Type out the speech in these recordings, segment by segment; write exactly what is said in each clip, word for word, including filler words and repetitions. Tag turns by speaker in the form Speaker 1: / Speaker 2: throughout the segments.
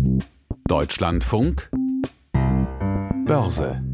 Speaker 1: Deutschlandfunk Börse.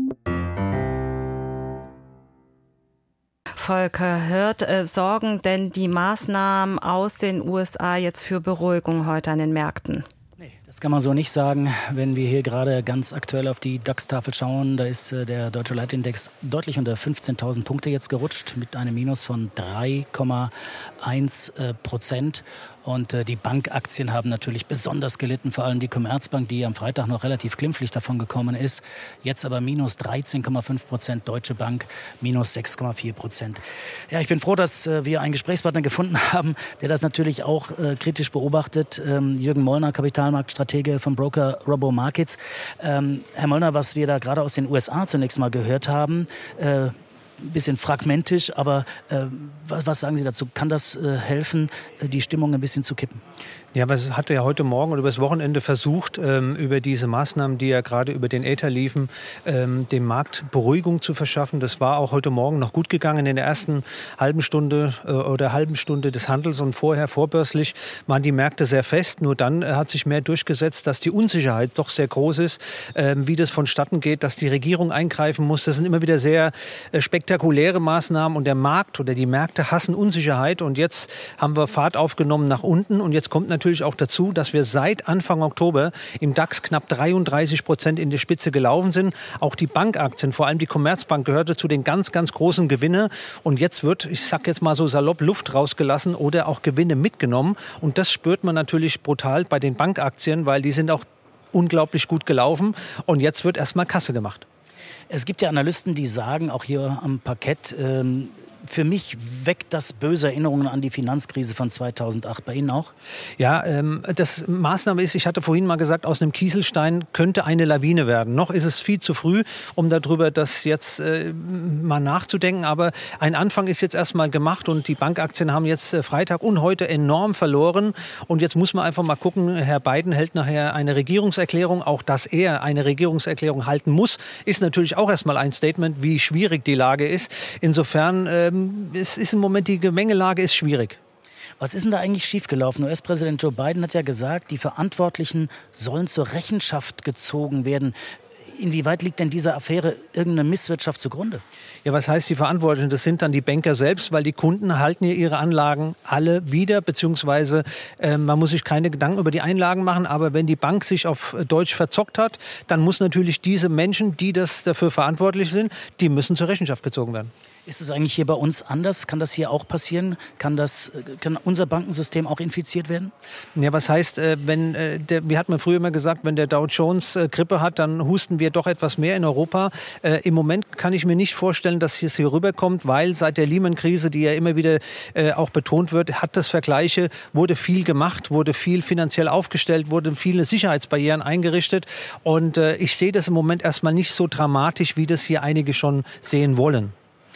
Speaker 2: Volker Hirt, äh, sorgen denn die Maßnahmen aus den U S A jetzt für Beruhigung heute an den Märkten?
Speaker 3: Nee, das kann man so nicht sagen. Wenn wir hier gerade ganz aktuell auf die DAX-Tafel schauen, da ist äh, der Deutsche Leitindex deutlich unter fünfzehntausend Punkte jetzt gerutscht mit einem Minus von drei Komma eins Prozent. Und äh, die Bankaktien haben natürlich besonders gelitten, vor allem die Commerzbank, die am Freitag noch relativ glimpflich davon gekommen ist. Jetzt aber minus dreizehn Komma fünf Prozent, Deutsche Bank minus sechs Komma vier Prozent. Ja, ich bin froh, dass äh, wir einen Gesprächspartner gefunden haben, der das natürlich auch äh, kritisch beobachtet. Ähm, Jürgen Mollner, Kapitalmarktstratege vom Broker Robo Markets. Ähm, Herr Mollner, was wir da gerade aus den U S A zunächst mal gehört haben, äh, ein bisschen fragmentisch, aber äh, was, was sagen Sie dazu? Kann das äh, helfen, äh, die Stimmung ein bisschen zu kippen?
Speaker 4: Ja, aber es hatte ja heute Morgen oder übers Wochenende versucht, ähm, über diese Maßnahmen, die ja gerade über den Äther liefen, ähm, dem Markt Beruhigung zu verschaffen. Das war auch heute Morgen noch gut gegangen. In der ersten halben Stunde äh, oder halben Stunde des Handels und vorher vorbörslich waren die Märkte sehr fest. Nur dann äh, hat sich mehr durchgesetzt, dass die Unsicherheit doch sehr groß ist, äh, wie das vonstatten geht, dass die Regierung eingreifen muss. Das sind immer wieder sehr äh, spektakuläre Maßnahmen und der Markt oder die Märkte hassen Unsicherheit. Und jetzt haben wir Fahrt aufgenommen nach unten und jetzt kommt natürlich natürlich auch dazu, dass wir seit Anfang Oktober im DAX knapp dreiunddreißig Prozent in die Spitze gelaufen sind. Auch die Bankaktien, vor allem die Commerzbank, gehörte zu den ganz, ganz großen Gewinnern. Und jetzt wird, ich sag jetzt mal so salopp, Luft rausgelassen oder auch Gewinne mitgenommen. Und das spürt man natürlich brutal bei den Bankaktien, weil die sind auch unglaublich gut gelaufen. Und jetzt wird erstmal Kasse gemacht.
Speaker 3: Es gibt ja Analysten, die sagen, auch hier am Parkett, ähm für mich weckt das böse Erinnerungen an die Finanzkrise von zweitausendacht. Bei Ihnen auch?
Speaker 4: Ja, ähm, das Maßnahme ist, ich hatte vorhin mal gesagt, aus einem Kieselstein könnte eine Lawine werden. Noch ist es viel zu früh, um darüber das jetzt äh, mal nachzudenken. Aber ein Anfang ist jetzt erstmal gemacht und die Bankaktien haben jetzt äh, Freitag und heute enorm verloren. Und jetzt muss man einfach mal gucken, Herr Biden hält nachher eine Regierungserklärung. Auch dass er eine Regierungserklärung halten muss, ist natürlich auch erstmal ein Statement, wie schwierig die Lage ist. Insofern äh, es ist im Moment, die Gemengelage ist schwierig.
Speaker 3: Was ist denn da eigentlich schiefgelaufen? U S-Präsident Joe Biden hat ja gesagt, die Verantwortlichen sollen zur Rechenschaft gezogen werden. Inwieweit liegt denn dieser Affäre irgendeine Misswirtschaft zugrunde?
Speaker 4: Ja, was heißt die Verantwortlichen? Das sind dann die Banker selbst, weil die Kunden halten ja ihre Anlagen alle wieder, beziehungsweise äh, man muss sich keine Gedanken über die Einlagen machen, aber wenn die Bank sich auf Deutsch verzockt hat, dann muss natürlich diese Menschen, die das dafür verantwortlich sind, die müssen zur Rechenschaft gezogen werden.
Speaker 3: Ist es eigentlich hier bei uns anders? Kann das hier auch passieren? Kann, das, kann unser Bankensystem auch infiziert werden?
Speaker 4: Ja, was heißt, wenn der, wie hat man früher immer gesagt, wenn der Dow Jones Grippe hat, dann husten wir doch etwas mehr in Europa. Äh, Im Moment kann ich mir nicht vorstellen, dass es hier rüberkommt, weil seit der Lehman-Krise, die ja immer wieder äh, auch betont wird, hat das Vergleiche, wurde viel gemacht, wurde viel finanziell aufgestellt, wurden viele Sicherheitsbarrieren eingerichtet. Und äh, ich sehe das im Moment erstmal nicht so dramatisch, wie das hier einige schon sehen wollen.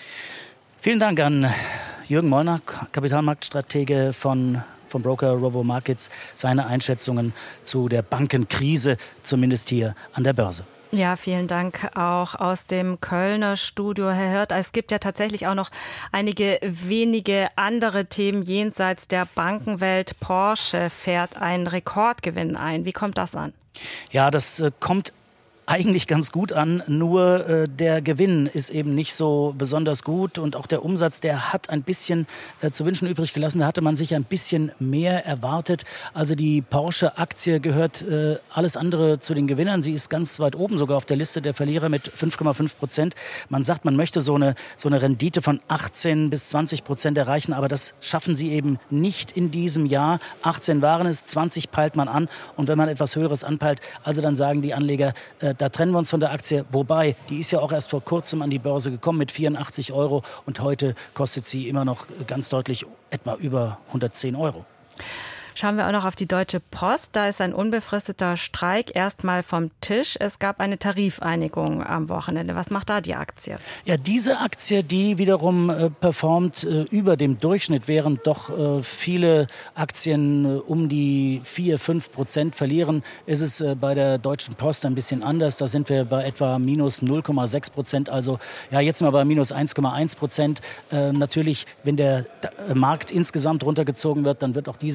Speaker 3: Vielen Dank an Jürgen Mollner, Kapitalmarktstratege von, vom Broker Robo Markets, seine Einschätzungen zu der Bankenkrise, zumindest hier an der Börse.
Speaker 2: Ja, vielen Dank auch aus dem Kölner Studio, Herr Hirt. Es gibt ja tatsächlich auch noch einige wenige andere Themen jenseits der Bankenwelt. Porsche fährt einen Rekordgewinn ein. Wie kommt das an?
Speaker 3: Ja, das äh, kommt eigentlich ganz gut an, nur äh, der Gewinn ist eben nicht so besonders gut und auch der Umsatz, der hat ein bisschen äh, zu wünschen übrig gelassen. Da hatte man sich ein bisschen mehr erwartet. Also die Porsche-Aktie gehört äh, alles andere zu den Gewinnern. Sie ist ganz weit oben sogar auf der Liste der Verlierer mit fünf Komma fünf Prozent. Man sagt, man möchte so eine, so eine Rendite von achtzehn bis zwanzig Prozent erreichen, aber das schaffen sie eben nicht in diesem Jahr. achtzehn waren es, zwanzig peilt man an und wenn man etwas Höheres anpeilt, also dann sagen die Anleger, äh, da trennen wir uns von der Aktie. Wobei, die ist ja auch erst vor kurzem an die Börse gekommen mit vierundachtzig Euro und heute kostet sie immer noch ganz deutlich etwa über hundertzehn Euro.
Speaker 2: Schauen wir auch noch auf die Deutsche Post. Da ist ein unbefristeter Streik erstmal vom Tisch. Es gab eine Tarifeinigung am Wochenende. Was macht da die Aktie?
Speaker 3: Ja, diese Aktie, die wiederum äh, performt äh, über dem Durchschnitt, während doch äh, viele Aktien äh, um die vier, fünf Prozent verlieren, ist es äh, bei der Deutschen Post ein bisschen anders. Da sind wir bei etwa minus null Komma sechs Prozent. Also ja, jetzt mal bei minus eins Komma eins Prozent. Äh, natürlich, wenn der äh, Markt insgesamt runtergezogen wird, dann wird auch diese Börse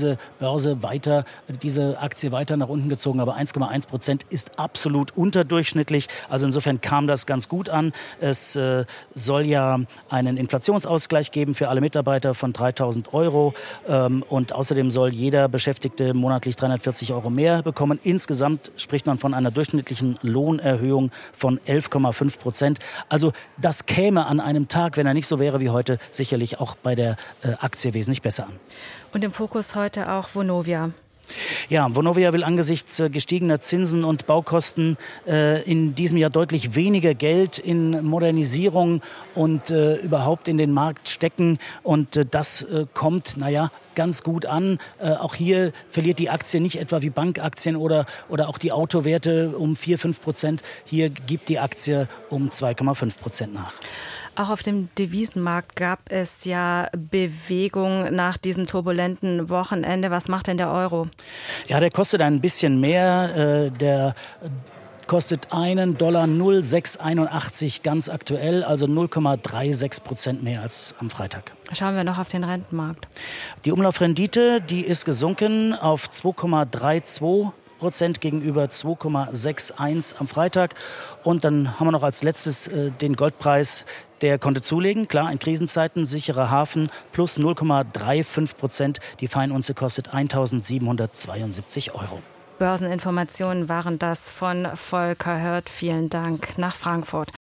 Speaker 3: Börse weiter, diese Aktie weiter nach unten gezogen, aber eins Komma eins Prozent ist absolut unterdurchschnittlich. Also insofern kam das ganz gut an. Es äh, soll ja einen Inflationsausgleich geben für alle Mitarbeiter von dreitausend Euro ähm, und außerdem soll jeder Beschäftigte monatlich dreihundertvierzig Euro mehr bekommen. Insgesamt spricht man von einer durchschnittlichen Lohnerhöhung von elf Komma fünf Prozent. Also das käme an einem Tag, wenn er nicht so wäre wie heute, sicherlich auch bei der äh, Aktie wesentlich besser an.
Speaker 2: Und im Fokus heute auch Vonovia.
Speaker 3: Ja, Vonovia will angesichts gestiegener Zinsen und Baukosten äh, in diesem Jahr deutlich weniger Geld in Modernisierung und äh, überhaupt in den Markt stecken. Und äh, das äh, kommt, naja, ganz gut an. Äh, auch hier verliert die Aktie nicht etwa wie Bankaktien oder, oder auch die Autowerte um vier bis fünf Prozent. Hier gibt die Aktie um zwei Komma fünf Prozent nach.
Speaker 2: Auch auf dem Devisenmarkt gab es ja Bewegung nach diesem turbulenten Wochenende. Was macht denn der Euro?
Speaker 3: Ja, der kostet ein bisschen mehr. Äh, der kostet einen Dollar null Komma sechs einundachtzig ganz aktuell, also null Komma sechsunddreißig Prozent mehr als am Freitag.
Speaker 2: Schauen wir noch auf den Rentenmarkt.
Speaker 3: Die Umlaufrendite, die ist gesunken auf zwei Komma zweiunddreißig Prozent gegenüber zwei Komma einundsechzig am Freitag. Und dann haben wir noch als letztes äh, den Goldpreis. Der konnte zulegen, klar, in Krisenzeiten, sicherer Hafen, plus null Komma fünfunddreißig Prozent. Die Feinunze kostet eintausendsiebenhundertzweiundsiebzig Euro.
Speaker 2: Börseninformationen waren das von Volker Hört. Vielen Dank nach Frankfurt.